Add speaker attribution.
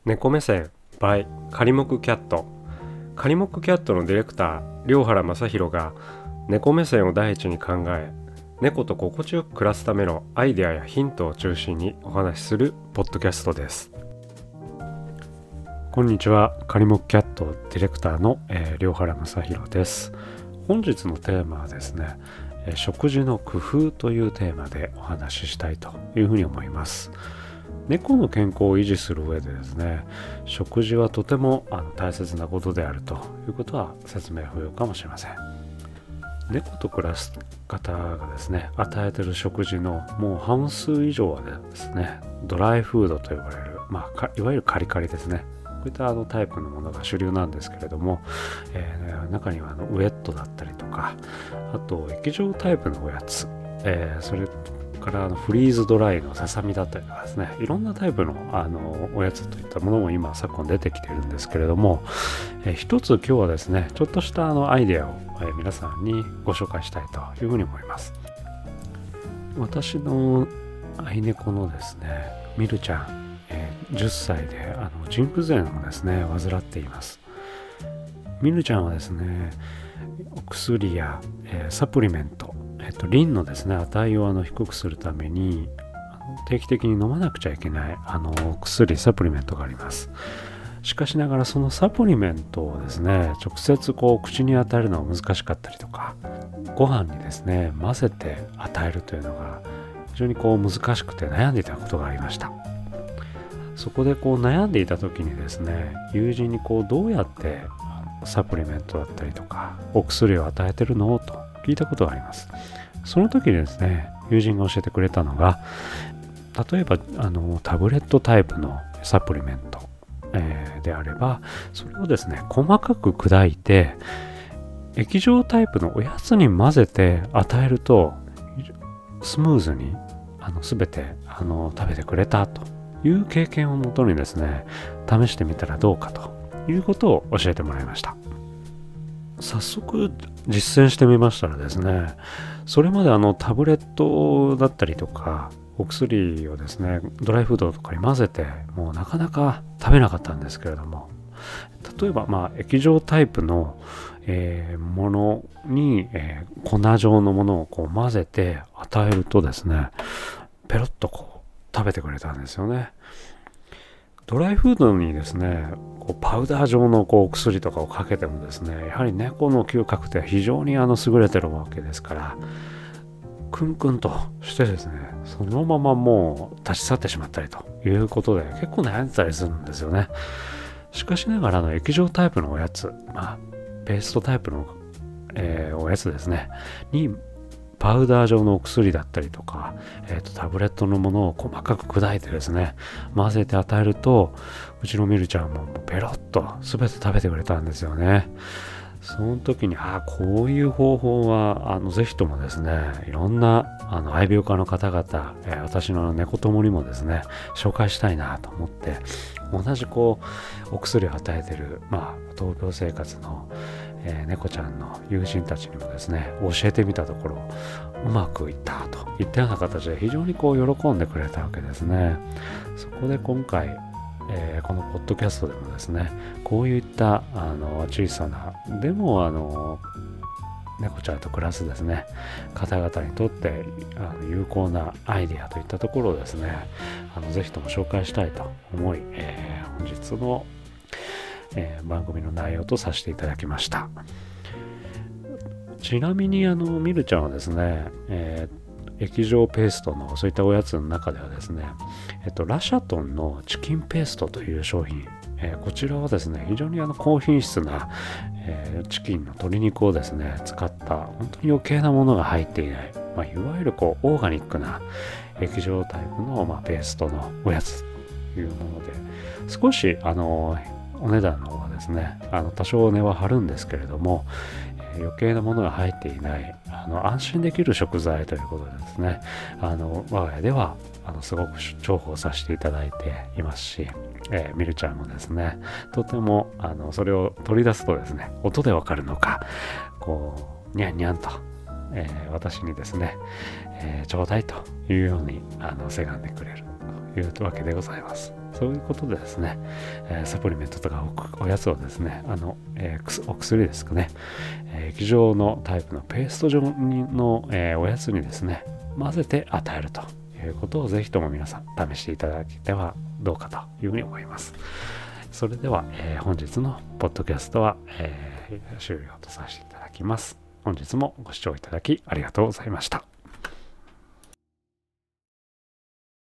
Speaker 1: 猫目線 by カリモクキャット。カリモクキャットのディレクター良原正宏が猫目線を第一に考え、猫と心地よく暮らすためのアイデアやヒントを中心にお話しするポッドキャストです。こんにちは、カリモクキャットディレクターの、良原正宏です。本日のテーマはですね、食事の工夫というテーマでお話ししたいというふうに思います。猫の健康を維持する上でですね、食事はとても大切なことであるということは説明不要かもしれません。猫と暮らす方がですね、与えている食事のもう半数以上はですね、ドライフードと呼ばれる、いわゆるカリカリですね。こういったタイプのものが主流なんですけれども、中にはウエットだったりとか、あと液状タイプのおやつ、それからフリーズドライのささみだったりとかですね、いろんなタイプのおやつといったものも今昨今出てきているんですけれども、一つ今日はですね、ちょっとしたアイデアを、皆さんにご紹介したいというふうに思います。私の愛猫のですね、ミルちゃん、10歳で腎不全をですね患っています。ミルちゃんはですね、お薬や、サプリメント、リンのですね値を低くするために定期的に飲まなくちゃいけない薬サプリメントがあります。しかしながらそのサプリメントをですね直接口に与えるのは難しかったりとか、ご飯にですね混ぜて与えるというのが非常に難しくて悩んでいたことがありました。そこで悩んでいた時にですね、友人にどうやってサプリメントだったりとかお薬を与えてるのと聞いたことがあります。その時にですね、友人が教えてくれたのが、例えばタブレットタイプのサプリメント、であれば、それをですね細かく砕いて液状タイプのおやつに混ぜて与えるとスムーズに全て食べてくれたという経験をもとにですね、試してみたらどうかということを教えてもらいました。早速実践してみましたらですね、それまでタブレットだったりとかお薬をですねドライフードとかに混ぜてもうなかなか食べなかったんですけれども、例えば液状タイプの、ものに、粉状のものを混ぜて与えるとですね、ペロッと食べてくれたんですよね。ドライフードにですねパウダー状の薬とかをかけてもですね、やはり猫の嗅覚って非常に優れてるわけですから、クンクンとしてですね、そのままもう立ち去ってしまったりということで結構悩んでたりするんですよね。しかしながら液状タイプのおやつ、ペーストタイプの、おやつですねにパウダー状のお薬だったりとか、タブレットのものを細かく砕いてですね混ぜて与えると、うちのミルちゃんもペロッと全て食べてくれたんですよね。その時にこういう方法はぜひともですね、いろんな愛病家の方々、私の猫友にもですね紹介したいなと思って、同じお薬を与えてる、闘病生活の猫ちゃんの友人たちにもですね教えてみたところ、うまくいったといったような形で非常に喜んでくれたわけですね。そこで今回、このポッドキャストでもですね、こういった小さなでも猫ちゃんと暮らすですね方々にとって有効なアイデアといったところをですねぜひとも紹介したいと思い、本日の番組の内容とさせていただきました。ちなみにミルちゃんはですね、液状ペーストのそういったおやつの中ではですね、ラシャトンのチキンペーストという商品、こちらはですね非常に高品質な、チキンの鶏肉をですね使った本当に余計なものが入っていない、いわゆるオーガニックな液状タイプの、ペーストのおやつというもので、少しお値段の方はですね多少値は張るんですけれども、余計なものが入っていない安心できる食材ということでですね、我が家ではすごく重宝させていただいていますし、ミルちゃんもですねとてもそれを取り出すとですね、音でわかるのかニャンニャンと、私にですね、ちょうだいというようにせがんでくれるというわけでございます。 そういうことでですね、サプリメントとかおやつをですね、お薬ですかね、液状のタイプのペースト状の、おやつにですね、混ぜて与えるということをぜひとも皆さん試していただけてはどうかというふうに思います。それでは、本日のポッドキャストは、終了とさせていただきます。本日もご視聴いただきありがとうございました。